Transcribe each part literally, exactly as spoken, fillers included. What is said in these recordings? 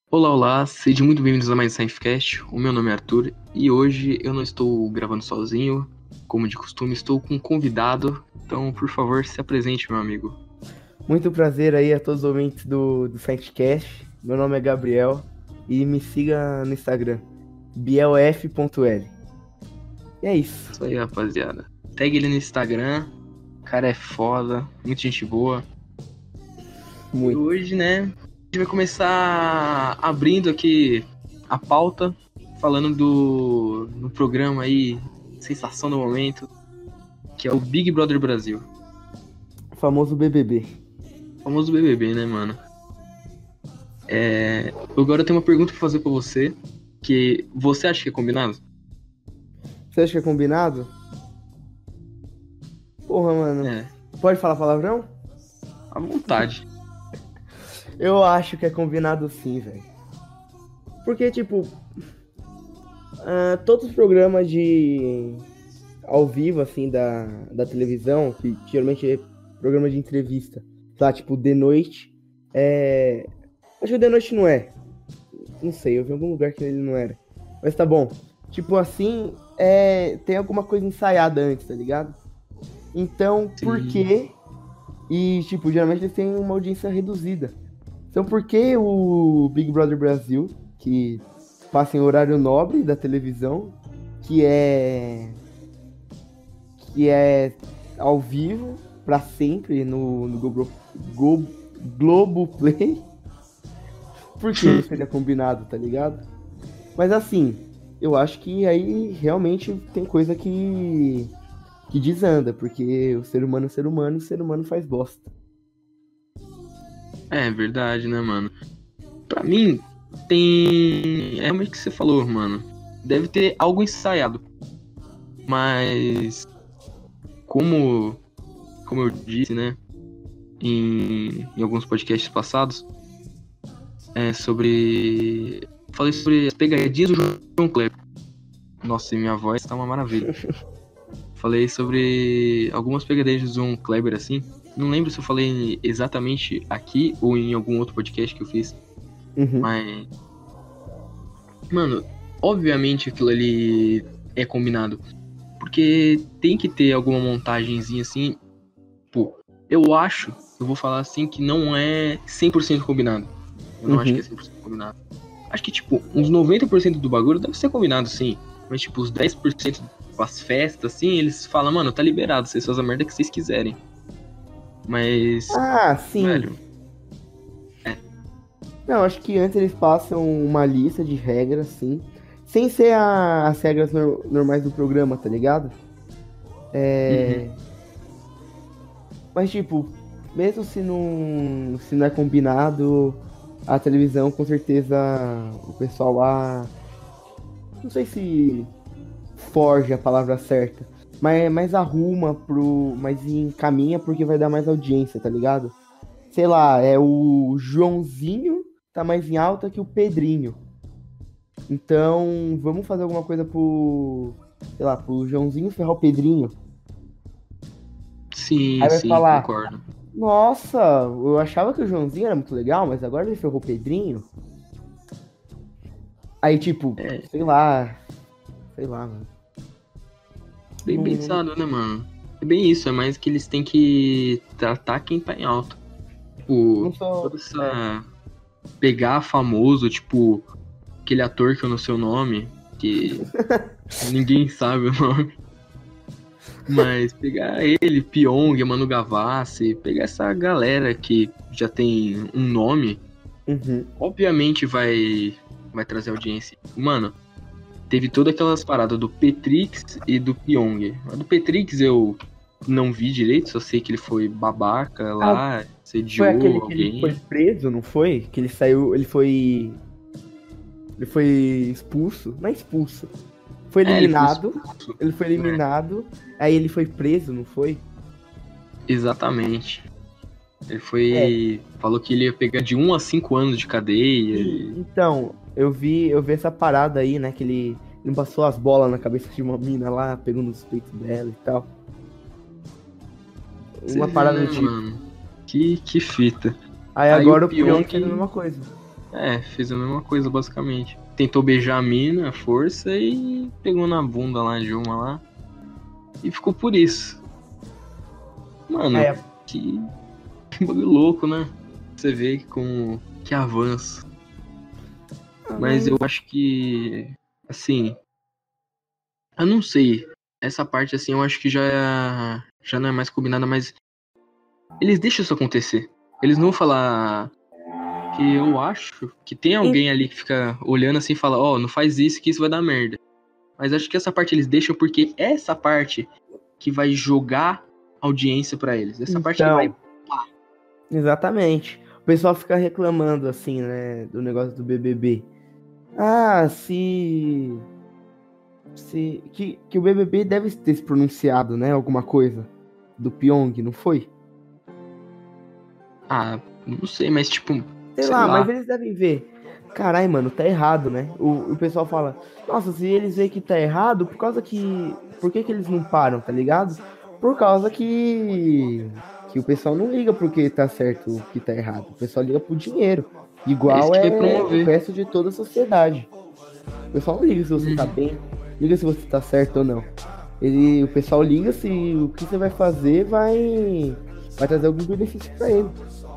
Olá, olá, sejam muito bem-vindos a mais um ScienceCast. O meu nome é Arthur e hoje eu não estou gravando sozinho, como de costume, estou com um convidado. Então, por favor, se apresente, meu amigo. Muito prazer aí a todos os ouvintes do, do ScienceCast. Meu nome é Gabriel e me siga no Instagram, bielf ponto l. E é isso. Isso aí, rapaziada. Segue ele no Instagram, o cara é foda, muita gente boa. E Muito. hoje, né, a gente vai começar abrindo aqui a pauta, falando do, do programa aí, sensação do momento, que é o Big Brother Brasil. O famoso B B B. O famoso B B B, né, mano? É... Agora eu tenho uma pergunta pra fazer pra você, que você acha que é combinado? Você acha que é combinado? Porra, mano. É, Pode falar palavrão? à vontade. Eu acho que é combinado sim, velho. Porque, tipo, ah, todos os programas de ao vivo, assim, da, da televisão, que geralmente é programa de entrevista, tá? Tipo, de noite, é... Acho que de noite não é. Não sei, eu vi em algum lugar que ele não era. Mas tá bom. Tipo assim, é... tem alguma coisa ensaiada antes, tá ligado? Então, por Sim. quê? E, tipo, geralmente eles têm uma audiência reduzida. Então, por que o Big Brother Brasil, que passa em horário nobre da televisão, que é que é ao vivo pra sempre no, no Globo, Globo, Globoplay? Por que ele seria combinado, tá ligado? Mas assim, eu acho que aí realmente tem coisa que que desanda, porque o ser humano é ser humano e o ser humano faz bosta. É verdade, né, mano? Pra mim, tem. É realmente o que você falou, mano. Deve ter algo ensaiado. Mas, como, como eu disse, né, em, em alguns podcasts passados, é sobre. Falei sobre as pegadinhas do João Kleber. Nossa, e minha voz tá uma maravilha. Falei sobre algumas pegadinhas do João Kleber, assim. Não lembro se eu falei exatamente aqui ou em algum outro podcast que eu fiz. Uhum. Mas, mano, obviamente aquilo ali é combinado. Porque tem que ter alguma montagenzinha assim. Pô, eu acho, eu vou falar assim, que não é cem por cento combinado. Eu não acho que Uhum. é cem por cento combinado. Acho que, tipo, uns noventa por cento do bagulho deve ser combinado, sim. Mas, tipo, os dez por cento das festas, assim, eles falam, mano, tá liberado, vocês fazem a merda que vocês quiserem. Mas, Ah, sim. velho, Não, acho que antes eles passam uma lista de regras, sim. Sem ser a- as regras nor- normais do programa, tá ligado? uhum, É. Mas, tipo, mesmo se não, se não é combinado, a televisão, com certeza, o pessoal lá. Não sei se forge a palavra certa. Mas, mas arruma pro. Mas encaminha porque vai dar mais audiência, tá ligado? Sei lá, é o Joãozinho tá mais em alta que o Pedrinho. Então, vamos fazer alguma coisa pro. Sei lá, pro Joãozinho ferrar o Pedrinho. sim, Aí vai sim, falar: concordo. Nossa, eu achava que o Joãozinho era muito legal, mas agora ele ferrou o Pedrinho. Aí, tipo, É, sei lá. Sei lá, mano. bem Não, pensado, né, mano? É bem isso, é mais que eles têm que tratar quem tá em alta. Tipo, não sou. toda essa. Pegar famoso, tipo, aquele ator que eu não sei o nome, que ninguém sabe o nome. Mas pegar ele, Pyong, Manu Gavassi, pegar essa galera que já tem um nome, Uhum. obviamente vai, vai trazer audiência. Mano, teve todas aquelas paradas do Petrix e do Pyong. A do Petrix eu não vi direito, só sei que ele foi babaca Ah, lá, foi aquele sediou que ele foi alguém. preso, não foi? Que ele saiu. Ele foi. Ele foi expulso. Não é expulso. Foi É, ele foi eliminado. expulso, Ele foi né? eliminado. Aí ele foi preso, não foi? Exatamente. Ele É. foi. Falou que ele ia pegar de um a cinco anos de cadeia. E, E... então, eu vi, eu vi essa parada aí, né? Que ele, ele passou as bolas na cabeça de uma mina lá, pegou nos peitos dela e tal. Você Uma vê, parada né, do tipo. mano? Que, que fita. Aí Aí o agora o Pyong Pyong. fez a mesma coisa. É, fez a mesma coisa, basicamente. Tentou beijar a mina, à força, e pegou na bunda lá de uma lá. E ficou por isso. Mano, É, que, que bagulho louco, né? Você vê como que avança. Mas mas eu acho que, assim, eu não sei. Essa parte, assim, eu acho que já, é- já não é mais combinada, mas eles deixam isso acontecer. Eles não vão falar que eu acho que tem alguém ali que fica olhando assim e fala, ó, não faz isso que isso vai dar merda. Mas acho que essa parte eles deixam porque é essa parte que vai jogar audiência pra eles. Essa parte que vai. então, exatamente. O pessoal fica reclamando assim, né, do negócio do B B B. Ah, se se que, que o B B B deve ter se pronunciado, né, alguma coisa do Pyong, não foi? Ah, não sei, mas tipo, Sei sei lá, mas lá. eles devem ver. Carai, mano, tá errado, né? O, o pessoal fala, nossa, se eles veem que tá errado, por causa que. Por que que eles não param, tá ligado? Por causa que. Que o pessoal não liga porque tá certo o que tá errado. O pessoal liga pro dinheiro. É isso Igual que vai é o promover. resto de toda a sociedade. O pessoal não liga se você tá Uhum. bem, liga se você tá certo ou não. Ele, o pessoal liga se o que você vai fazer vai. Vai trazer algum benefício pra ele.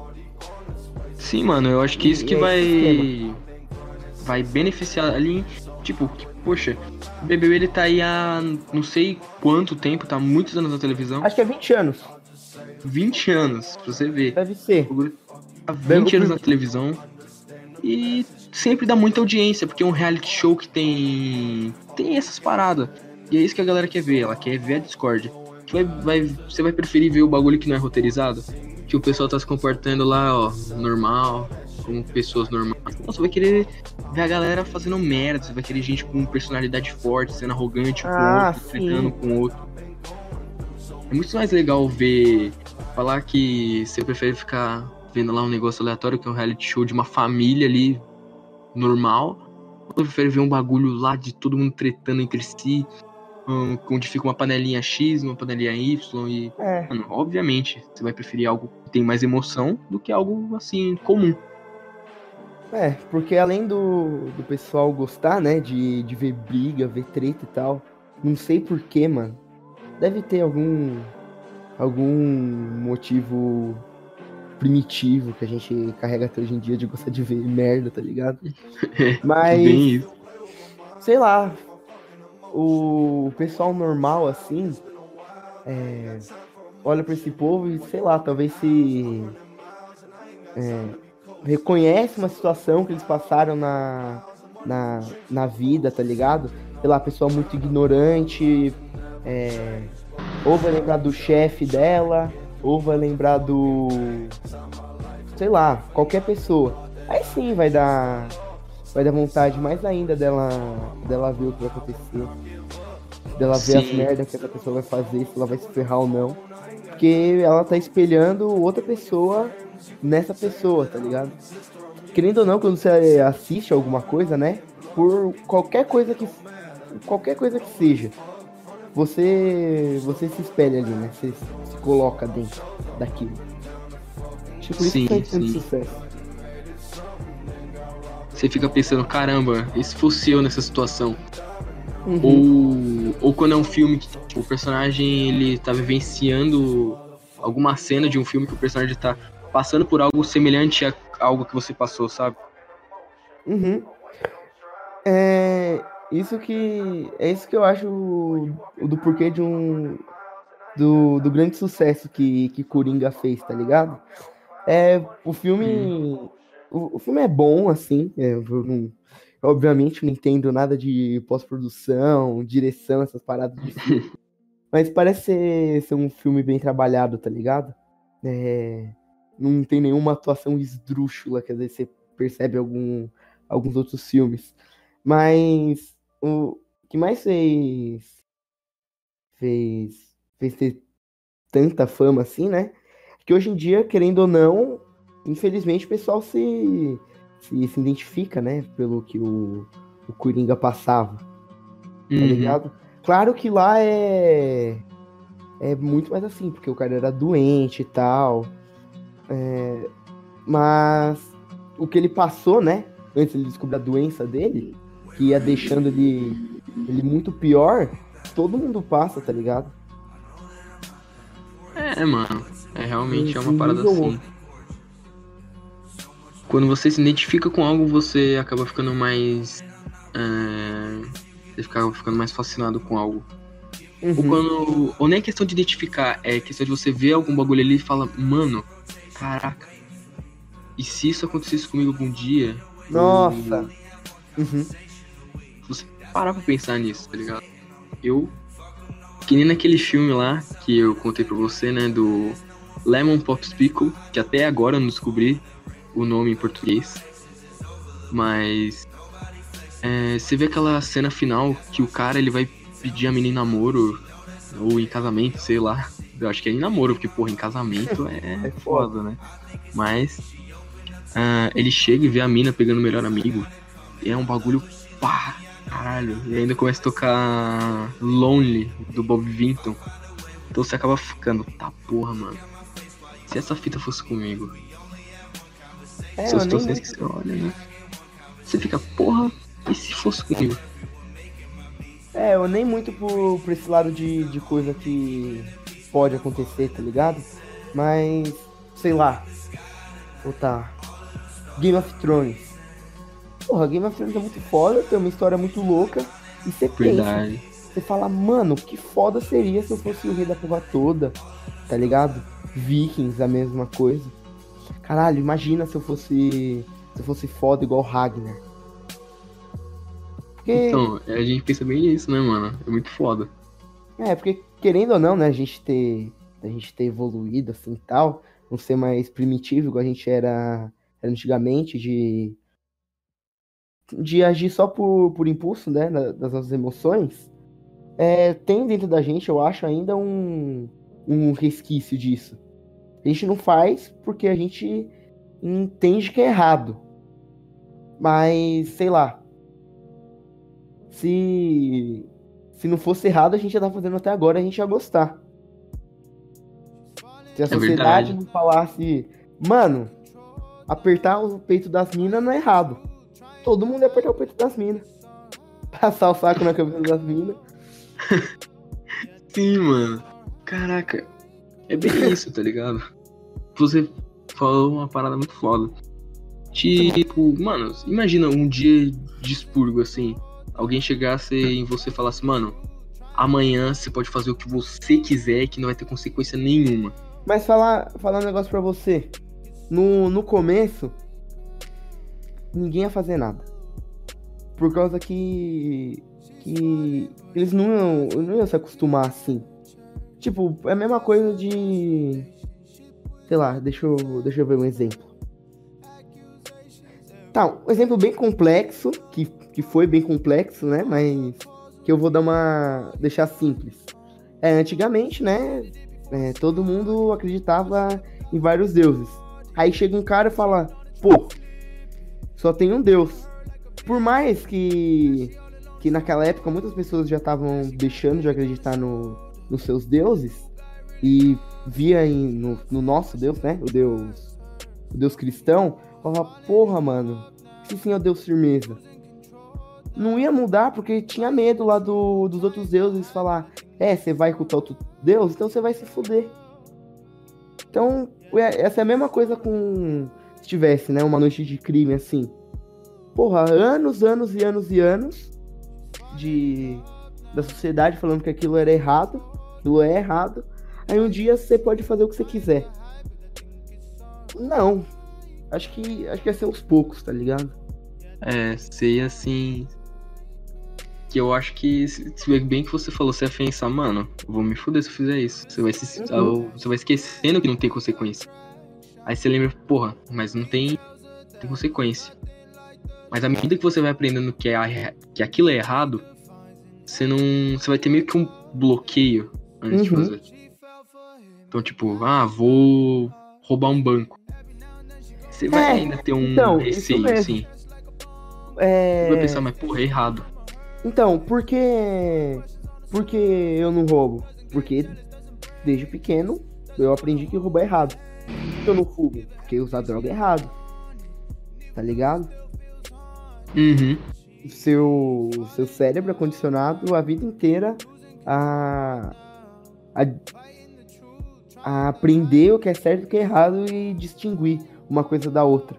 Sim, mano, eu acho que isso E que é esse esquema. vai. Vai beneficiar ali. Tipo, que, poxa, o B B B ele tá aí há não sei quanto tempo, tá há muitos anos na televisão. Acho que é vinte anos. Vinte anos, pra você ver. Deve ser. O bagulho tá Deve- vinte anos na televisão e sempre dá muita audiência, porque é um reality show que tem tem essas paradas. E é isso que a galera quer ver, ela quer ver a Discord. Que vai, vai, você vai preferir ver o bagulho que não é roteirizado? Que o pessoal tá se comportando lá, ó, normal, como pessoas normais. Não, você vai querer ver a galera fazendo merda, você vai querer gente com personalidade forte, sendo arrogante com o Ah, outro, tretando sim. com o outro. É muito mais legal ver. Falar que você prefere ficar vendo lá um negócio aleatório, que é um reality show de uma família ali, normal. Ou você prefere ver um bagulho lá de todo mundo tretando entre si, hum, onde fica uma panelinha X, uma panelinha Y e. É. Mano, obviamente, você vai preferir algo que tem mais emoção do que algo assim, comum. É, porque além do, do pessoal gostar, né, de, de ver briga, ver treta e tal, não sei porquê, mano. Deve ter algum, algum motivo primitivo que a gente carrega até hoje em dia de gostar de ver merda, tá ligado? É, bem Mas, isso. sei lá, o pessoal normal, assim, é, olha pra esse povo e, sei lá, talvez se reconhece uma situação que eles passaram na, na, na vida, tá ligado? Sei lá, pessoa muito ignorante, é, ou vai lembrar do chefe dela, ou vai lembrar do, sei lá, qualquer pessoa. Aí sim vai dar, vai dar vontade mais ainda dela, dela ver o que vai acontecer, dela ver as Sim, merdas que essa pessoa vai fazer, se ela vai se ferrar ou não. Porque ela tá espelhando outra pessoa nessa pessoa, tá ligado? Querendo ou não, quando você assiste alguma coisa, né? Por qualquer coisa que qualquer coisa que seja, você você se espelha ali, né? Você se coloca dentro daquilo. Acho que por isso que sim, faz tanto sim. sucesso. Você fica pensando, caramba, e se fosse eu nessa situação? Uhum. Ou, ou quando é um filme que tipo, o personagem ele tá vivenciando alguma cena de um filme que o personagem tá passando por algo semelhante a algo que você passou, sabe? Uhum. É isso que é isso que eu acho o, o do porquê de um do, do grande sucesso que que Coringa fez, tá ligado? É, o Hum. filme. O, o filme é bom, assim. É, eu não- obviamente não entendo nada de pós-produção, direção, essas paradas de filme. Mas parece ser, ser um filme bem trabalhado, tá ligado? É, não tem nenhuma atuação esdrúxula, que às vezes você percebe algum, alguns outros filmes. Mas o que mais fez, fez, fez ter tanta fama assim, né? Que hoje em dia, querendo ou não, infelizmente o pessoal se, se, se identifica, né? Pelo que o, o Coringa passava, tá Uhum. ligado? Claro que lá é, é muito mais assim, porque o cara era doente e tal, mas o que ele passou, né? antes ele descobrir a doença dele, que ia deixando ele, ele muito pior, todo mundo passa, tá ligado? É, mano. É realmente é uma Esse parada nível assim. Quando você se identifica com algo, você acaba ficando mais. É, você fica ficando mais fascinado com algo. Ou Uhum. quando. Ou nem é questão de identificar, é questão de você ver algum bagulho ali e falar, mano, caraca. E se isso acontecesse comigo algum dia? Nossa. Ou Uhum. você parar pra pensar nisso, tá ligado? Eu. Que nem naquele filme lá que eu contei pra você, né? Do Lemon Popsicle, que até agora eu não descobri o nome em português. Mas. É, você vê aquela cena final que o cara ele vai pedir a menina em namoro ou em casamento, sei lá. Eu acho que é em namoro, porque, porra, em casamento é, É foda, foda. né? Mas ah, ele chega e vê a mina pegando o melhor amigo. E é um bagulho pá, caralho. E ainda começa a tocar Lonely, do Bob Vinton. Então você acaba ficando, tá porra, mano. Se essa fita fosse comigo. É, São eu nem situações que muito. você olha, né? Você fica, porra, e se fosse comigo? É, eu nem muito por, por esse lado de, de coisa que pode acontecer, tá ligado? Mas, sei lá. Ou tá. Game of Thrones. Porra, Game of Thrones é muito foda, tem uma história muito louca. E você pensa, Verdade. você fala, mano, que foda seria se eu fosse o rei da porra toda, tá ligado? Vikings, a mesma coisa. Caralho, imagina se eu fosse. Se eu fosse foda igual Ragnar. Porque, Então, a gente pensa bem nisso, né, mano? É muito foda. é, porque querendo ou não, né, a gente ter. A gente ter evoluído assim e tal, não ser mais primitivo igual a gente era, era antigamente, de. De agir só por, por impulso, né, da- das nossas emoções. É, tem dentro da gente, eu acho, ainda um, um resquício disso. A gente não faz porque a gente entende que é errado. Mas, sei lá, se, se não fosse errado, a gente ia estar fazendo até agora, a gente ia gostar. Se a É sociedade verdade. não falasse, mano, apertar o peito das minas não é errado. Todo mundo ia apertar o peito das minas. Passar o saco na cabeça das minas. Sim, mano. Caraca, é bem isso, tá ligado? Você falou uma parada muito foda. Tipo, mano, imagina um dia de expurgo assim. Alguém chegasse em você e falasse, mano, amanhã você pode fazer o que você quiser que não vai ter consequência nenhuma. Mas falar, falar um negócio pra você. No, no começo, ninguém ia fazer nada. Por causa que. Que eles não iam, não iam se acostumar assim. Tipo, é a mesma coisa de. Sei lá, deixa eu, deixa eu ver um exemplo. Tá, um exemplo bem complexo, que, que foi bem complexo, né? Mas que eu vou dar uma. Deixar simples. É, antigamente, né? É, todo mundo acreditava em vários deuses. Aí chega um cara e fala, pô, só tem um Deus. Por mais que, que naquela época muitas pessoas já estavam deixando de acreditar no, nos seus deuses e via em, no, no nosso Deus, né? O Deus, o Deus cristão, falava, porra, mano, esse sim é o Deus firmeza. Não ia mudar porque tinha medo lá do, dos outros deuses falar, é, você vai cultuar outro Deus, então você vai se fuder. Então, essa é a mesma coisa com se tivesse, né, uma noite de crime assim. Porra, anos, anos e anos e anos de da sociedade falando que aquilo era errado, aquilo é errado. Aí um dia você pode fazer o que você quiser. Não. Acho que acho que ia ser aos poucos, tá ligado? É, sei assim. Que eu acho que, se se bem que você falou, você ia pensar, mano, eu vou me fuder se eu fizer isso. Você vai, se, Uhum. você vai esquecendo que não tem consequência. Aí você lembra, porra, mas não tem, tem consequência. Mas à medida que você vai aprendendo que, é, a- que aquilo é errado, você não. Você vai ter meio que um bloqueio antes de Uhum. fazer. Então, tipo, ah, vou roubar um banco. Você vai É, ainda ter um então, isso receio, mesmo. assim. Você vai pensar, É, mas porra, é errado. então, por que por que eu não roubo? Porque desde pequeno eu aprendi que roubar é errado. Por que eu não fumo? Porque usar droga é errado. Tá ligado? Uhum. O seu, o seu cérebro é condicionado a vida inteira a, a, a aprender o que é certo e o que é errado e distinguir uma coisa da outra.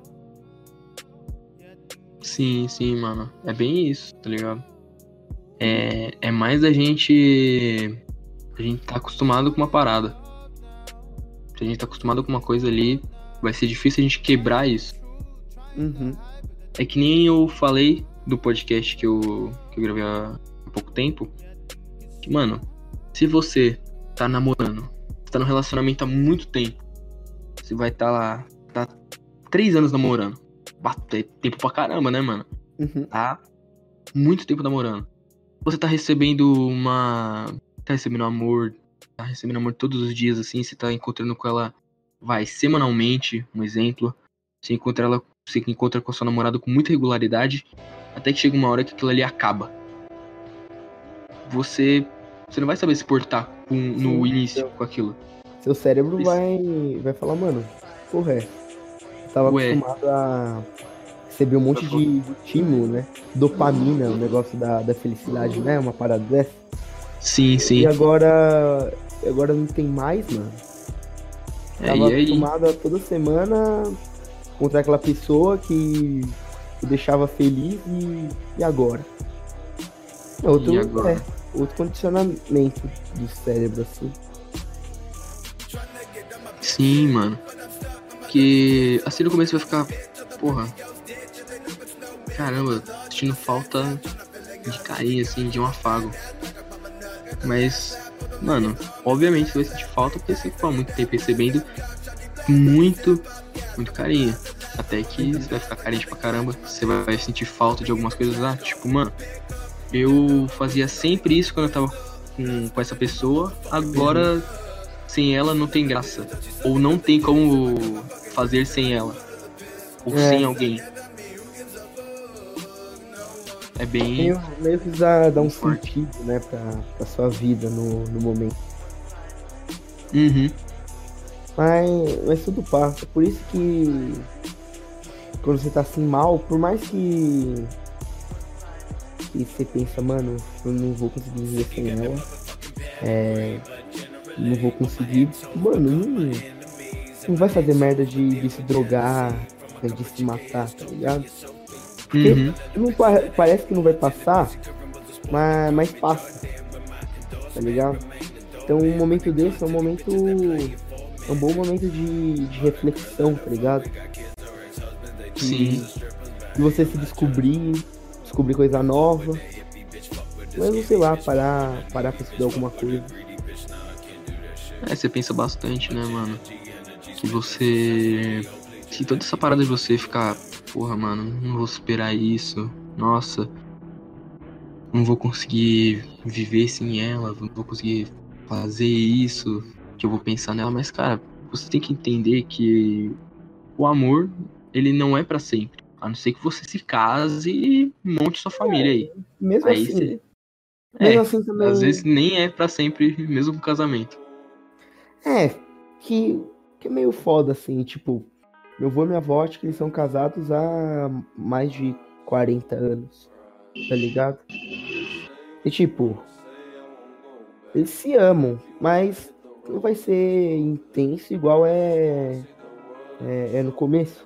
Sim, sim, mano. É bem isso, tá ligado? É, é mais a gente. A gente tá acostumado com uma parada. Se a gente tá acostumado com uma coisa ali, vai ser difícil a gente quebrar isso. Uhum. É que nem eu falei do podcast que eu, que eu gravei há pouco tempo. Que, mano, se você tá namorando, tá no relacionamento há muito tempo, você vai estar tá lá, tá três anos namorando. Bate é tempo pra caramba, né, mano? Uhum. Tá muito tempo namorando. Você tá recebendo uma. Tá recebendo amor. Tá recebendo amor todos os dias, assim. Você tá encontrando com ela, vai, semanalmente, um exemplo. Você encontra ela. Você encontra com a sua namorada com muita regularidade. Até que chega uma hora que aquilo ali acaba. Você. Você não vai saber se portar com, no Sim, início seu, com aquilo. seu cérebro Mas, vai, vai falar, mano, porra, é. Tava ué, acostumado a receber um vai monte falar. de estímulo, né? Dopamina, o negócio da, da felicidade, né? Uma parada dessa. Sim, E sim. agora, agora não tem mais, mano. É, Tava e aí? acostumado a toda semana encontrar aquela pessoa que me deixava feliz e, e agora? É E outro, é, agora? outro condicionamento do cérebro, assim. Sim, mano. Que assim no começo vai ficar. Porra, caramba, sentindo falta de carinho, assim, de um afago. Mas, mano, obviamente você vai sentir falta porque você ficou há muito tempo recebendo muito, muito carinho. Até que você vai ficar carente pra caramba, você vai sentir falta de algumas coisas lá. Tipo, mano, eu fazia sempre isso quando eu tava com, com essa pessoa, Uhum. agora sem ela não tem graça. Ou não tem como fazer sem ela. Ou sem É, alguém. É bem, meio, meio que dá, dá bem um forte. sentido, né, pra, pra sua vida no, no momento. Uhum. Mas, mas tudo passa. Por isso que quando você tá assim mal, por mais que, que você pensa, mano, eu não vou conseguir viver sem ela, é, não vou conseguir, mano, não, não vai fazer merda de, de se drogar, né, de se matar, tá ligado? Porque Uhum. não, pa- parece que não vai passar, mas, mas passa, tá ligado? Então um momento desse é um momento. É um bom momento de, de reflexão, tá ligado? Sim. De, de você se descobrir, descobrir coisa nova. Mas não sei lá, parar, parar pra estudar alguma coisa. É, você pensa bastante, né, mano? Que você. Que toda essa parada de você ficar, porra, mano, não vou superar isso. Nossa, não vou conseguir viver sem ela, não vou conseguir fazer isso, que eu vou pensar nela. Mas, cara, você tem que entender que o amor, ele não é pra sempre. A não ser que você se case e monte sua família aí. Mesmo Aí assim, você. mesmo É, assim às vezes também. nem é pra sempre, mesmo com casamento. É, que, que é meio foda assim, tipo, meu avô e minha avó, acho que eles são casados há mais de quarenta anos, tá ligado? E tipo, eles se amam, mas não vai ser intenso igual é, é, é no começo.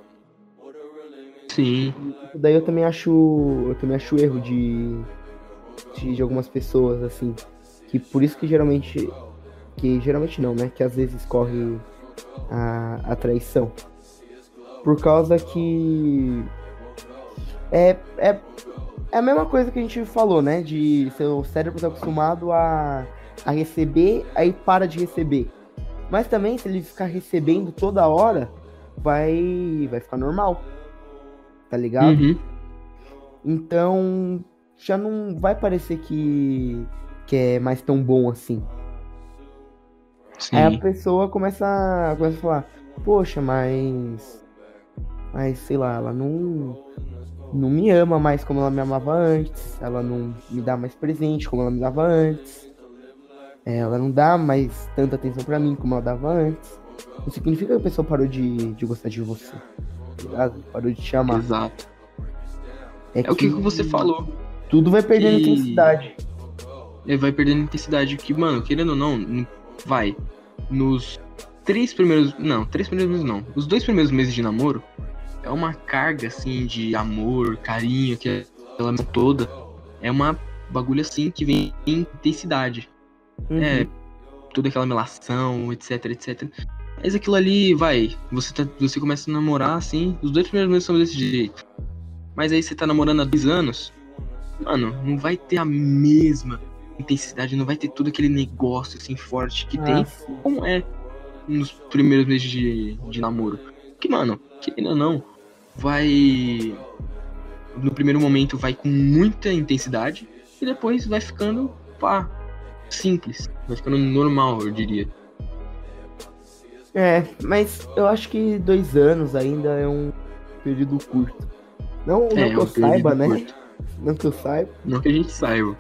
Sim, Isso daí eu também acho, eu também acho erro de, de, de algumas pessoas, assim, que por isso que geralmente, que geralmente não, né, que às vezes corre a, a traição. Por causa que é, é, é a mesma coisa que a gente falou, né, de seu cérebro tá acostumado a, a receber, aí para de receber. Mas também, se ele ficar recebendo toda hora, vai, vai ficar normal, tá ligado? uhum, Então, já não vai parecer que, que é mais tão bom assim. Aí a sim, pessoa começa, começa a falar, poxa, mas. Mas sei lá, ela não, não me ama mais como ela me amava antes. Ela não me dá mais presente como ela me dava antes. É, ela não dá mais tanta atenção pra mim como ela dava antes. Não significa que a pessoa parou de, de gostar de você, tá ligado? Parou de te amar. exato. É, É o que que você falou. tudo vai perdendo que- intensidade. É, vai perdendo intensidade. Que, mano, querendo ou não, n- vai. Nos três primeiros. Não, três primeiros meses não. Os dois primeiros meses de namoro é uma carga, assim, de amor, carinho, que é aquela emoção toda. É uma bagulho assim que vem em intensidade. Uhum. É, toda aquela melação, etc, etc. Mas aquilo ali, vai, você, tá, você começa a namorar, assim, os dois primeiros meses são desse jeito. Mas aí você tá namorando há dois anos, mano, não vai ter a mesma intensidade, não vai ter todo aquele negócio, assim, forte que Ah, tem, sim. como é nos primeiros meses de, de namoro. Que, mano, querendo ou não, vai... No primeiro momento vai com muita intensidade e depois vai ficando, pá, simples. Vai ficando normal, eu diria. É, mas eu acho que dois anos ainda é um período curto. Não, não É, que é um eu saiba, período né? curto. Não que eu saiba. Não que a gente saiba.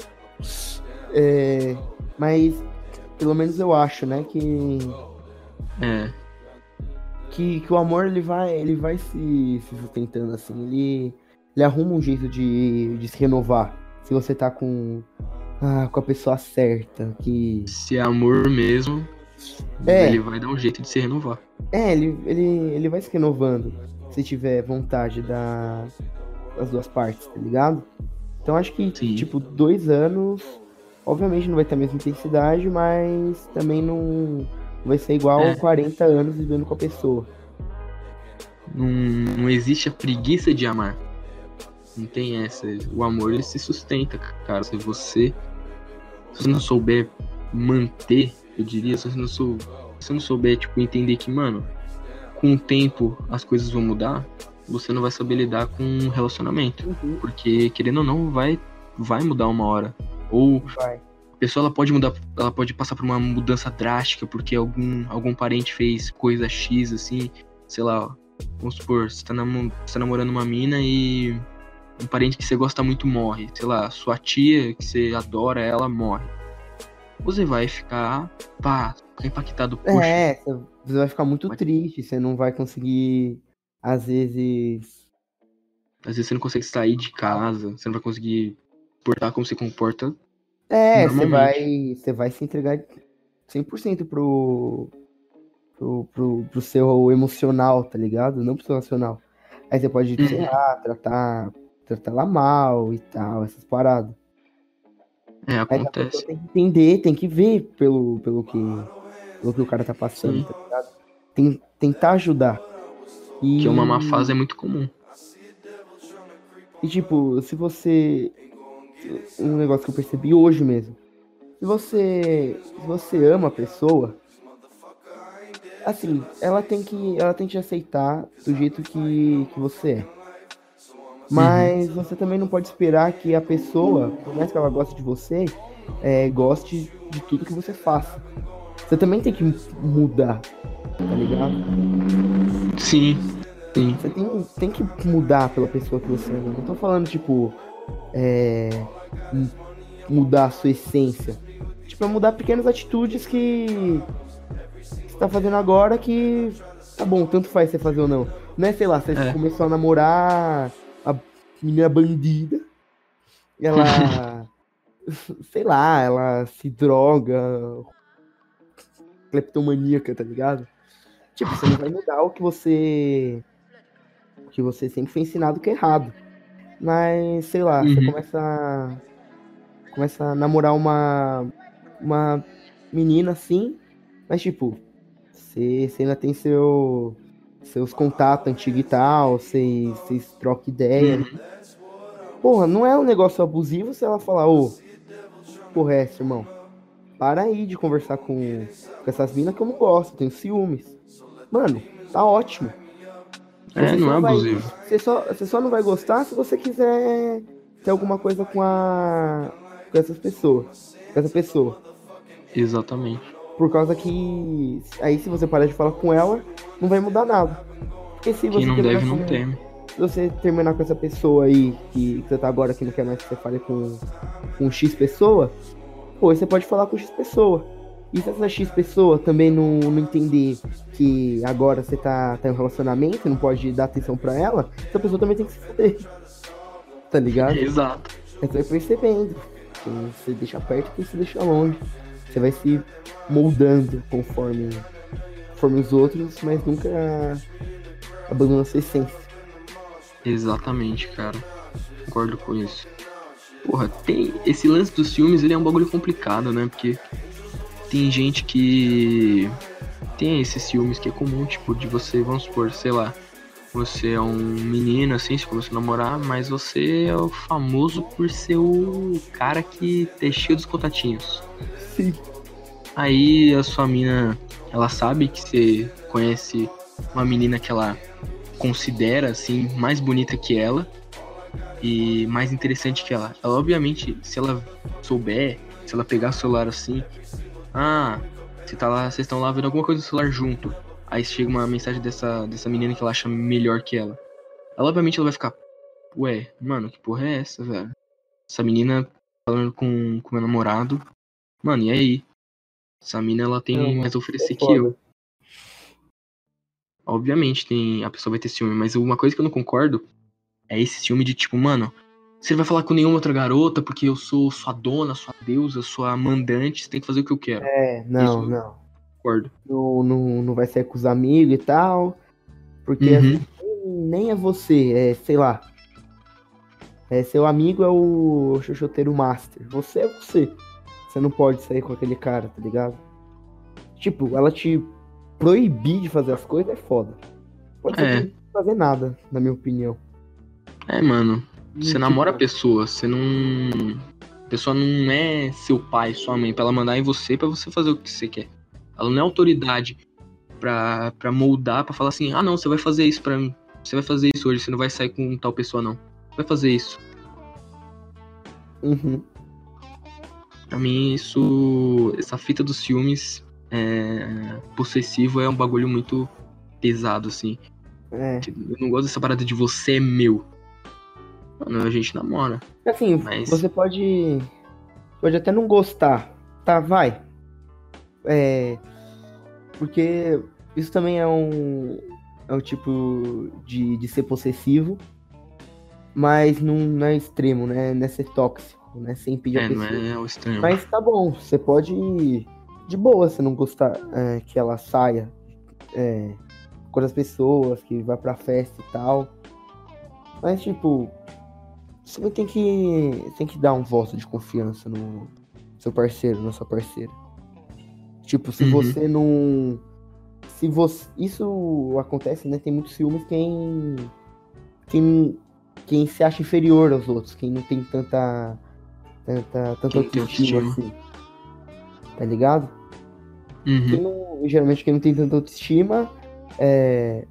É, mas pelo menos eu acho, né, que, É, que, que o amor ele vai, ele vai se, se sustentando assim. Ele, ele arruma um jeito de, de se renovar. Se você tá com, ah, com a pessoa certa, que. se é amor mesmo, É. ele vai dar um jeito de se renovar. É, ele, ele, ele vai se renovando se tiver vontade da, das duas partes, tá ligado? Então acho que, Sim. tipo, dois anos, obviamente não vai ter a mesma intensidade, mas também não vai ser igual É. quarenta anos vivendo com a pessoa. Não, não existe a preguiça de amar. Não tem essa. O amor, ele se sustenta, cara. Se você, se você não souber manter, eu diria, se você não, sou, se você não souber, tipo, entender que, mano, com o tempo as coisas vão mudar, você não vai saber lidar com um relacionamento. Uhum. Porque, querendo ou não, vai, vai mudar uma hora. Ou Vai. a pessoa ela pode mudar, ela pode passar por uma mudança drástica porque algum, algum parente fez coisa X, assim, sei lá, vamos supor, você tá, namo- você tá namorando uma mina e um parente que você gosta muito morre, sei lá, sua tia que você adora, ela morre. Você vai ficar, pá, ficar impactado, poxa, É, você vai ficar muito Mas- triste, você não vai conseguir, às vezes. às vezes você não consegue sair de casa, você não vai conseguir portar como se comporta. É, você Normalmente. vai, você vai se entregar cem por cento pro, pro, pro, pro seu emocional, tá ligado? Não pro seu racional. Aí você pode, sei Uhum. lá, tratar, tratar ela mal e tal, essas paradas. É, Mas a pessoa acontece. tem que entender, tem que ver pelo, pelo, que, pelo que o cara tá passando, Sim. tá ligado? Tem, tentar ajudar. E, Que uma má fase é muito comum. e tipo, se você. Um negócio que eu percebi hoje mesmo. Se você. Se você ama a pessoa, assim, ela tem que. Ela tem que te aceitar do jeito que, que você é. Mas você também não pode esperar que a pessoa, por mais que ela goste de você, é, goste de tudo que você faça. Você também tem que mudar, tá ligado? Sim, sim. Você tem, tem que mudar pela pessoa que você ama. Não tô falando, tipo, é, m- mudar a sua essência. Tipo, é mudar pequenas atitudes que você tá fazendo agora que tá bom, tanto faz você fazer ou não. Não é, sei lá, você É. começou a namorar a menina bandida, ela, sei lá, ela se droga, cleptomaníaca, tá ligado? Tipo, você não vai mudar o que você o que você sempre foi ensinado que é errado. Mas, sei lá, você Uhum. começa a, começa a namorar uma uma menina assim, mas tipo, você, você ainda tem seu seus contatos antigos e tal, vocês, vocês trocam ideia. Uhum. Porra, não é um negócio abusivo se ela falar, ô, porra, é essa, irmão? Para aí de conversar com, com essas minas que eu não gosto, eu tenho ciúmes. Mano, tá ótimo. É, Você não só é vai- abusivo. Você só, você só não vai gostar se você quiser ter alguma coisa com a. com essas pessoas. Com essa pessoa. Exatamente. Por causa que. Aí se você parar de falar com ela, não vai mudar nada. Porque se você Quem não terminar deve, com- não teme. Se você terminar com essa pessoa aí, que, que você tá agora que não quer mais que você fale com, com X pessoa, pô, você pode falar com X pessoa. E se essa X pessoa também não, não entender que agora você tá, tá em um relacionamento e não pode dar atenção pra ela, essa pessoa também tem que se fuder. tá ligado? Exato. Aí você vai percebendo. Quem você deixa perto, quem você deixa longe. Você vai se moldando conforme, conforme os outros, mas nunca abandona a sua essência. Exatamente, cara. Concordo com isso. Porra, tem. Esse lance dos filmes, ele é um bagulho complicado, né? Porque tem gente que. Tem esses filmes que é comum, tipo, de você, vamos supor, sei lá. Você é um menino, assim, você começou a namorar, mas você é o famoso por ser o cara que é cheio dos contatinhos. Sim. Aí a sua mina, ela sabe que você conhece uma menina que ela considera, assim, mais bonita que ela e mais interessante que ela. Ela, obviamente, se ela souber, se ela pegar o celular assim, ah, você tá lá, vocês estão lá vendo alguma coisa no celular junto. Aí chega uma mensagem dessa, dessa menina que ela acha melhor que ela. Ela, obviamente, ela vai ficar, ué, mano, que porra é essa, velho? Essa menina falando com, com meu namorado. Mano, e aí? Essa mina, ela tem Não, mais a oferecer é que eu. foda. Obviamente, tem, a pessoa vai ter ciúme, mas uma coisa que eu não concordo é esse ciúme de tipo, mano, você não vai falar com nenhuma outra garota porque eu sou sua dona, sua deusa, sua mandante, você tem que fazer o que eu quero. É, Isso não, eu não. concordo. Não, não, não vai sair com os amigos e tal. Porque às Uhum. vezes nem, nem é você, é, sei lá. É, seu amigo é o xoxoteiro master. Você é você. Você não pode sair com aquele cara, tá ligado? Tipo, ela te proibir de fazer as coisas é foda. Pode ser É. que não fazer nada, na minha opinião. É, mano, E, você tipo, namora a pessoa, você não... A pessoa não é seu pai, sua mãe, pra ela mandar em você pra você fazer o que você quer. Ela não é autoridade pra, pra moldar, pra falar assim, ah não, você vai fazer isso pra mim. Você vai fazer isso hoje, você não vai sair com tal pessoa não. Vai fazer isso. Uhum. Pra mim, isso... Essa fita dos filmes é, possessivo é um bagulho muito pesado, assim. É. Eu não gosto dessa parada de você é meu. Mano, a gente namora. Assim, Mas- você pode. Pode até não gostar. Tá, vai. É. Porque isso também é um. É um tipo de, de ser possessivo. Mas não, não é extremo, né? Não é ser tóxico, né? Sem impedir a É, não pessoa. é o extremo. Mas tá bom, você pode ir de boa se não gostar é, que ela saia é, com as pessoas, que vá pra festa e tal. Mas, tipo, você tem que, tem que dar um voto de confiança no seu parceiro, na sua parceira. Tipo, se Uhum. você não... Se você... Isso acontece, né? Tem muitos ciúmes quem... Quem, quem se acha inferior aos outros, quem não tem tanta... Tanta, tanta Quem tem autoestima, autoestima. assim. Tá ligado? Uhum. Quem não, geralmente quem não tem tanta autoestima é...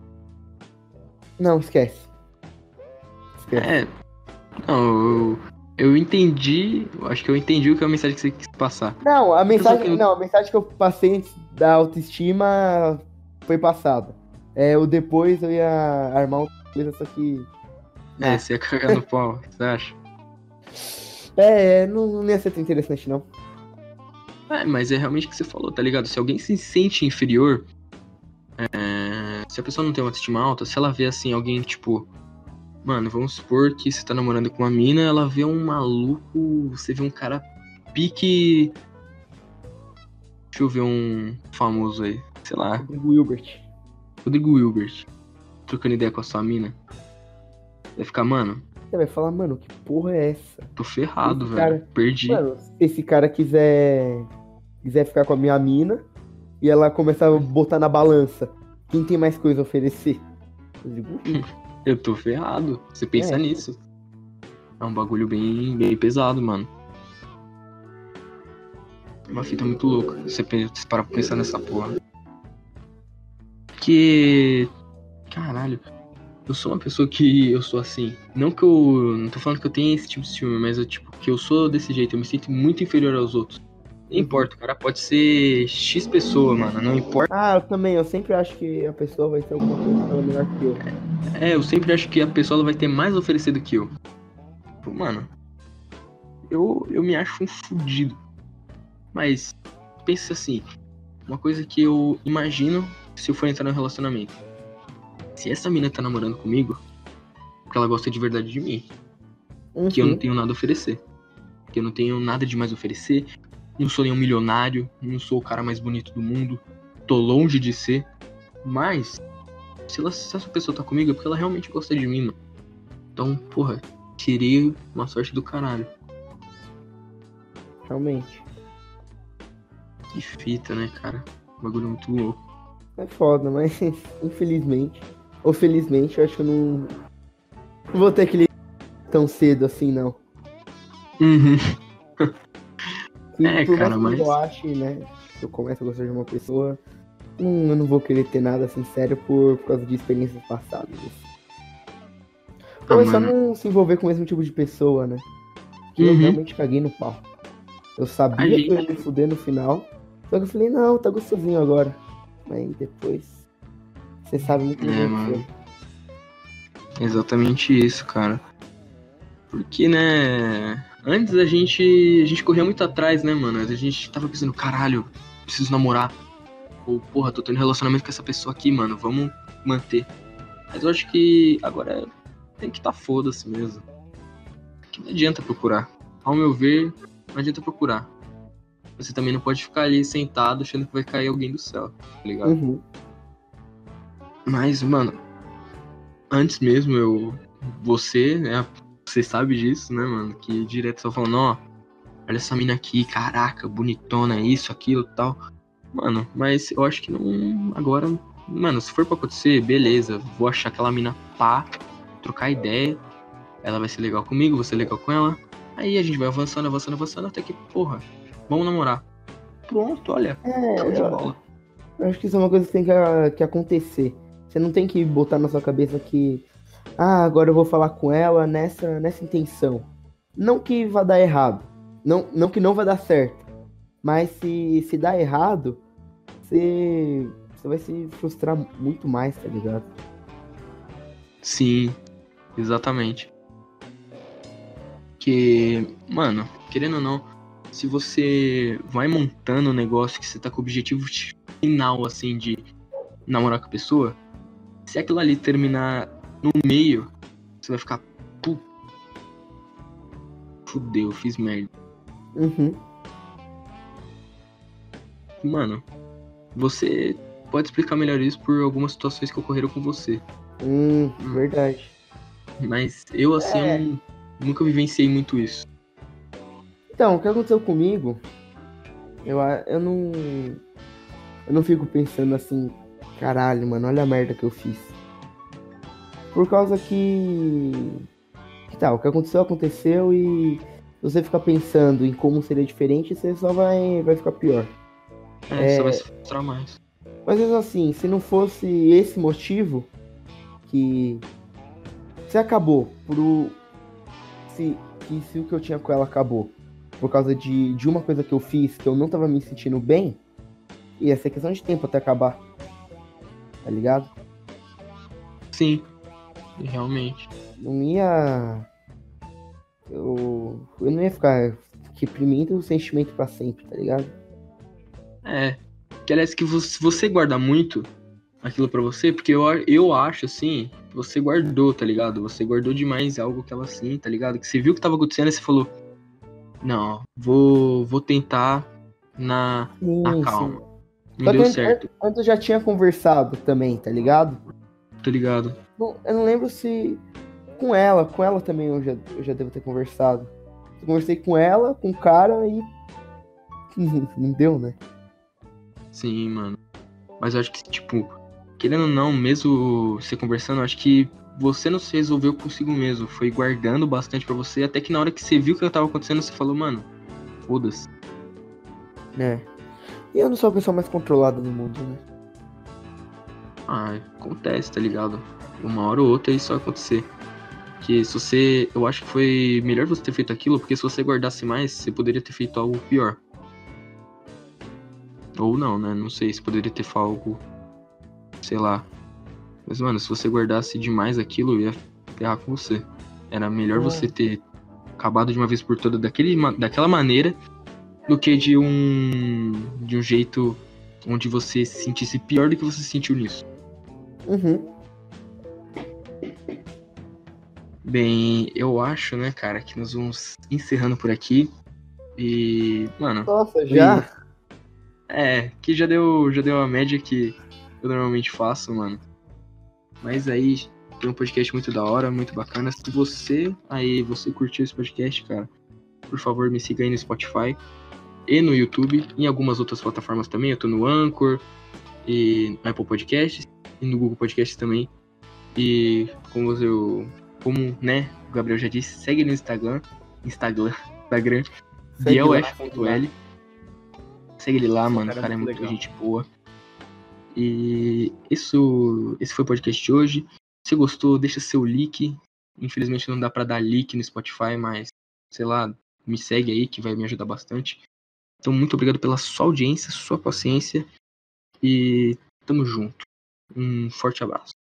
Não, esquece. Esquece. É. Não, eu, eu entendi. Eu acho que eu entendi o que é a mensagem que você quis passar. Não, a mensagem, que eu- não, a mensagem que eu passei antes da autoestima foi passada. É, o depois eu ia armar uma coisa, só que... É, Ah. você ia cagar no pau, você acha? É, é, não, não ia ser tão interessante, não. É, mas é realmente o que você falou, tá ligado? Se alguém se sente inferior, é, se a pessoa não tem uma autoestima alta, se ela vê assim, alguém tipo. Mano, vamos supor que você tá namorando com uma mina, ela vê um maluco, você vê um cara pique. Deixa eu ver um famoso aí, sei lá, Rodrigo Hilbert. Rodrigo Wilbert, trocando ideia com a sua mina. Vai ficar, mano, Você vai falar, mano, que porra é essa? tô ferrado, Esse velho. cara- Perdi. Mano, se esse cara quiser quiser ficar com a minha mina e ela começar a botar na balança, quem tem mais coisa a oferecer? Eu digo, "Ih, Eu tô ferrado. Você pensa É. nisso. É um bagulho bem, bem pesado, mano. É uma fita muito louca. Você, pe- você para pra pensar nessa porra. Porque. Caralho. Eu sou uma pessoa que eu sou assim. Não que eu. Não tô falando que eu tenho esse tipo de ciúme, mas eu, tipo, que eu sou desse jeito. Eu me sinto muito inferior aos outros. Não importa, o cara pode ser X pessoa, mano. Não importa. ah, eu também, eu sempre acho que a pessoa vai ter alguma coisa melhor que eu. É, eu sempre acho que a pessoa ela vai ter mais a oferecer do que eu. Tipo, mano, eu, eu me acho um fudido. Mas, pensa assim, uma coisa que eu imagino se eu for entrar num relacionamento. Se essa mina tá namorando comigo, porque ela gosta de verdade de mim. que eu não Uhum. tenho nada a oferecer. Que eu não tenho nada de mais a oferecer. Não sou nenhum milionário, não sou o cara mais bonito do mundo. Tô longe de ser. Mas, se, ela, se essa pessoa tá comigo é porque ela realmente gosta de mim, mano. Então, porra, tirei uma sorte do caralho. Realmente. Que fita, né, cara? Um bagulho muito louco. É foda, mas infelizmente, ou felizmente, eu acho que eu não, não vou ter aquele tão cedo assim, não. Uhum. E É, por mais cara, que eu mas... ache, né, que eu comece a gostar de uma pessoa, hum, eu não vou querer ter nada assim sério por, por causa de experiências passadas. Assim. Ah, Ou é só mano. não se envolver com o mesmo tipo de pessoa, né? Que eu Uhum. realmente caguei no pau. Eu A sabia que eu ia gente... me fuder no final, só que eu falei, não, tá gostosinho agora. Mas depois, você sabe muito bem É, como mano. foi. Exatamente isso, cara. Porque, né... Antes a gente... A gente corria muito atrás, né, mano? A gente tava pensando, caralho, preciso namorar. Ou, porra, tô tendo relacionamento com essa pessoa aqui, mano. Vamos manter. Mas eu acho que agora tem que tá foda-se mesmo. Que não adianta procurar. Ao meu ver, não adianta procurar. Você também não pode ficar ali sentado achando que vai cair alguém do céu, tá ligado? Uhum. Mas, mano, antes mesmo eu. Você, né? Você sabe disso, né, mano? Que direto só falando, ó, olha essa mina aqui, caraca, bonitona, isso, aquilo e tal. Mano, mas eu acho que não. Agora, mano, se for pra acontecer, beleza. Vou achar aquela mina pá, trocar ideia. Ela vai ser legal comigo, vou ser legal com ela. Aí a gente vai avançando, avançando, avançando, até que, porra, vamos namorar. Pronto, olha, show É, de eu, bola. eu acho que isso é uma coisa que tem que, a- que acontecer. Você não tem que botar na sua cabeça que, ah, agora eu vou falar com ela nessa, nessa intenção. Não que vá dar errado. Não, não que não vai dar certo. Mas se, se dar errado, você, você vai se frustrar muito mais, tá ligado? Sim, exatamente. Que, mano, querendo ou não, se você vai montando um negócio que você tá com o objetivo final, assim, de namorar com a pessoa, se aquilo ali terminar no meio, você vai ficar, pu, fudeu, fiz merda. Uhum. Mano, você pode explicar melhor isso por algumas situações que ocorreram com você. Hum, verdade. Mas eu, assim, eu É. não, nunca vivenciei muito isso. Então, o que aconteceu comigo, eu, a- eu não. Eu não fico pensando assim, caralho, mano, olha a merda que eu fiz. Por causa que. Que tal? O que aconteceu, aconteceu e se você ficar pensando em como seria diferente, você só vai, vai ficar pior. É, só vai se frustrar mais. Mas mesmo assim, se não fosse esse motivo que se acabou por o- se, que se o que eu tinha com ela acabou por causa de, de uma coisa que eu fiz que eu não tava me sentindo bem, ia ser questão de tempo até acabar, tá ligado? Sim, realmente. Não ia. Eu, eu não ia ficar reprimindo o sentimento pra sempre, tá ligado? É. Que aliás, que você, você guarda muito aquilo pra você, porque eu, eu acho, assim, que você guardou, tá ligado? Você guardou demais algo que ela assim, tá ligado? Que você viu o que tava acontecendo e você falou, não, vou, vou tentar na, na Sim, sim. calma. Não Só que deu an- an- certo, antes eu já tinha conversado também, tá ligado? tá ligado? Não- Eu não lembro se. Com ela, com ela também eu já, eu já devo ter conversado. Eu conversei com ela, com o cara e. Não deu, né? Sim, mano. Mas eu acho que, tipo, querendo ou não, mesmo você conversando, eu acho que você não se resolveu consigo mesmo. Foi guardando bastante pra você, até que na hora que você viu o que tava acontecendo, você falou, mano, foda-se. É. E eu não sou a pessoa mais controlada do mundo, né? Ah, acontece, tá ligado? Uma hora ou outra isso vai acontecer. Que se você. Eu acho que foi melhor você ter feito aquilo, porque se você guardasse mais, você poderia ter feito algo pior. Ou não, né? Não sei se poderia ter feito algo. Sei lá. Mas, mano, se você guardasse demais aquilo, ia ferrar com você. Era melhor você ter acabado de uma vez por toda daquele, ma- daquela maneira do que de um. De um jeito onde você se sentisse pior do que você se sentiu nisso. Uhum. Bem, eu acho, né, cara, que nós vamos encerrando por aqui. E, mano, Nossa, já? é, que já deu, já deu a média que eu normalmente faço, mano. Mas aí, foi um podcast muito da hora, muito bacana. Se você, aí, você curtiu esse podcast, cara, por favor, me siga aí no Spotify e no YouTube, em algumas outras plataformas também. Eu tô no Anchor e no Apple Podcasts e no Google Podcasts também. E como eu, como, né, o Gabriel já disse, segue no Instagram, Instagram, Instagram, Segue lá, bielf.l. Segue ele lá, Esse mano, o cara é cara é muito muito legal. gente boa. E isso, esse foi o podcast de hoje. Se gostou, deixa seu like. Infelizmente não dá pra dar like no Spotify, mas, sei lá, me segue aí que vai me ajudar bastante. Então, muito obrigado pela sua audiência, sua paciência e tamo junto. Um forte abraço.